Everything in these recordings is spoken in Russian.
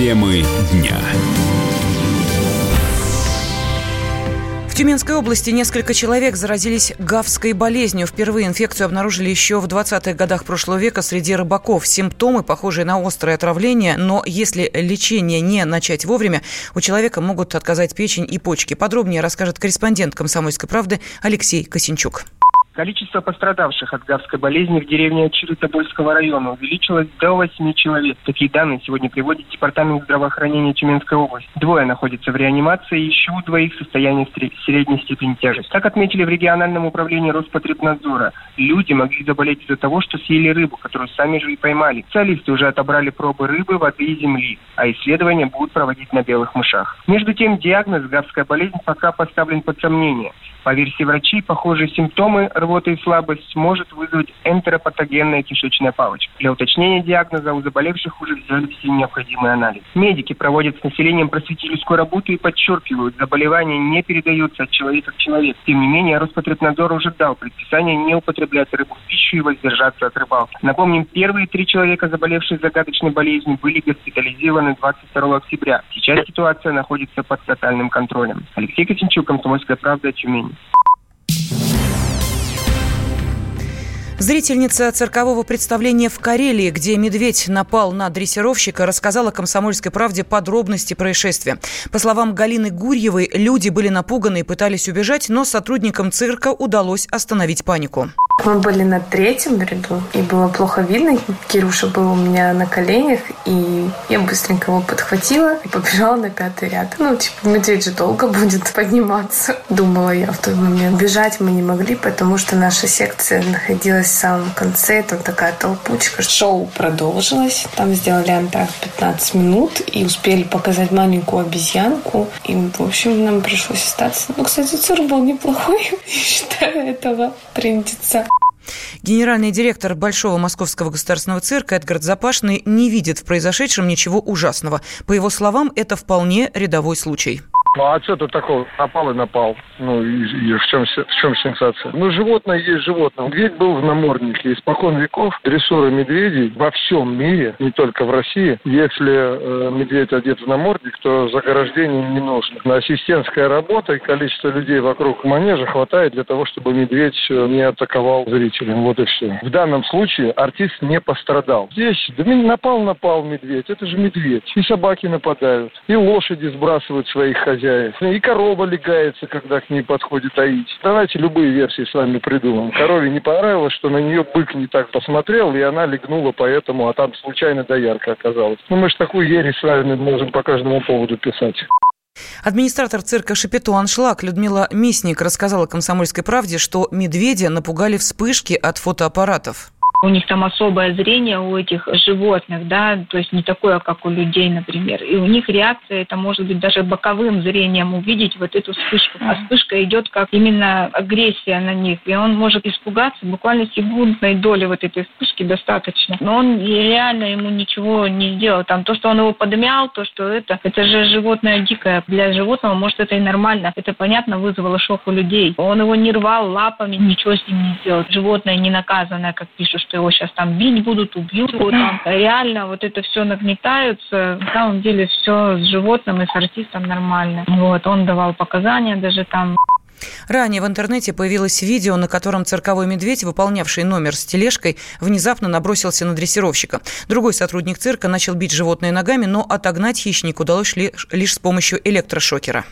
Темы дня. В Тюменской области несколько человек заразились гавской болезнью. Впервые инфекцию обнаружили еще в 20-х годах прошлого века среди рыбаков. Симптомы, похожие на острое отравление, но если лечение не начать вовремя, у человека могут отказать печень и почки. Подробнее расскажет корреспондент «Комсомольской правды» Алексей Косинчук. Количество пострадавших от гавской болезни в деревне Очиры Тобольского района увеличилось до 8 человек. Такие данные сегодня приводит Департамент здравоохранения Тюменской области. 2 находятся в реанимации, еще у 2 состояние средней степени тяжести. Как отметили в региональном управлении Роспотребнадзора, люди могли заболеть из-за того, что съели рыбу, которую сами же и поймали. Специалисты уже отобрали пробы рыбы, воды и земли, а исследования будут проводить на белых мышах. Между тем, диагноз гавская болезнь пока поставлен под сомнение. По версии врачей, похожие симптомы рвота и слабость может вызвать энтеропатогенная кишечная палочка. Для уточнения диагноза у заболевших уже взяли все необходимые анализы. Медики проводят с населением просветительскую работу и подчеркивают, заболевание не передается от человека к человеку. Тем не менее, Роспотребнадзор уже дал предписание не употреблять рыбу в пищу и воздержаться от рыбалки. Напомним, первые 3 человека, заболевшие загадочной болезнью, были госпитализированы 22 октября. Сейчас ситуация находится под тотальным контролем. Алексей Косинчук, «Комсомольская правда», Тюмень. Зрительница циркового представления в Карелии, где медведь напал на дрессировщика, рассказала «Комсомольской правде» подробности происшествия. По словам Галины Гурьевой, люди были напуганы и пытались убежать, но сотрудникам цирка удалось остановить панику. Мы были на 3-м ряду, и было плохо видно. Кирюша был у меня на коленях, и я быстренько его подхватила и побежала на 5-й ряд. Медведь же долго будет подниматься, думала я в тот момент. Бежать мы не могли, потому что наша секция находилась в самом конце, там такая толпучка. Шоу продолжилось, там сделали антракт 15 минут, и успели показать маленькую обезьянку, и, в общем, нам пришлось остаться. Кстати, цирк был неплохой, считаю, этого трендится. Генеральный директор Большого Московского государственного цирка Эдгард Запашный не видит в произошедшем ничего ужасного. По его словам, это вполне рядовой случай. А что тут такого? Напал и напал. И в чем сенсация? Животное есть животное. Медведь был в наморднике. Испокон веков дрессура медведей во всем мире, не только в России. Если медведь одет в намордник, то заграждение не нужно. Ассистентская работа и количество людей вокруг манежа хватает для того, чтобы медведь не атаковал зрителей. Вот и все. В данном случае артист не пострадал. Здесь напал медведь. Это же медведь. И собаки нападают. И лошади сбрасывают своих хозяев. И корова легается, когда к ней подходит аить. Давайте любые версии с вами придумаем. Корове не понравилось, что на нее бык не так посмотрел, и она легнула поэтому, а там случайно доярка оказалась. Мы же такую ересь с вами можем по каждому поводу писать. Администратор цирка «Шапито Аншлаг» Людмила Мисник рассказала «Комсомольской правде», что медведя напугали вспышки от фотоаппаратов. У них там особое зрение у этих животных, да, то есть не такое, как у людей, например. И у них реакция, это может быть даже боковым зрением увидеть вот эту вспышку. А вспышка идет как именно агрессия на них. И он может испугаться буквально секундной доли вот этой вспышки достаточно. Но он реально ему ничего не сделал. Там то, что он его подмял, то, что это же животное дикое. Для животного, может, это и нормально. Это, понятно, вызвало шок у людей. Он его не рвал лапами, ничего с ним не сделал. Животное не наказанное, как пишут, что его сейчас там бить будут, убьют его там. Реально вот это все нагнетаются. На самом деле все с животным и с артистом нормально. Он давал показания даже там. Ранее в интернете появилось видео, на котором цирковой медведь, выполнявший номер с тележкой, внезапно набросился на дрессировщика. Другой сотрудник цирка начал бить животное ногами, но отогнать хищника удалось лишь с помощью электрошокера.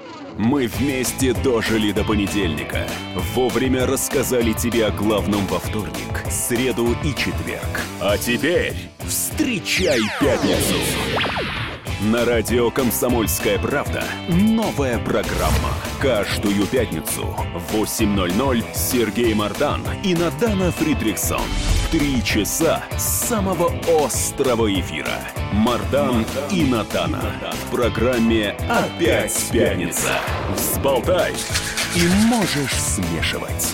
Мы вместе дожили до понедельника. Вовремя рассказали тебе о главном во вторник, среду и четверг. А теперь встречай пятницу. На радио «Комсомольская правда» новая программа. Каждую пятницу в 8:00 Сергей Мардан и Надана Фридрихсон. 3 часа самого острого эфира. Мардан и Надана. В программе «Опять пятница». Взболтай и можешь смешивать.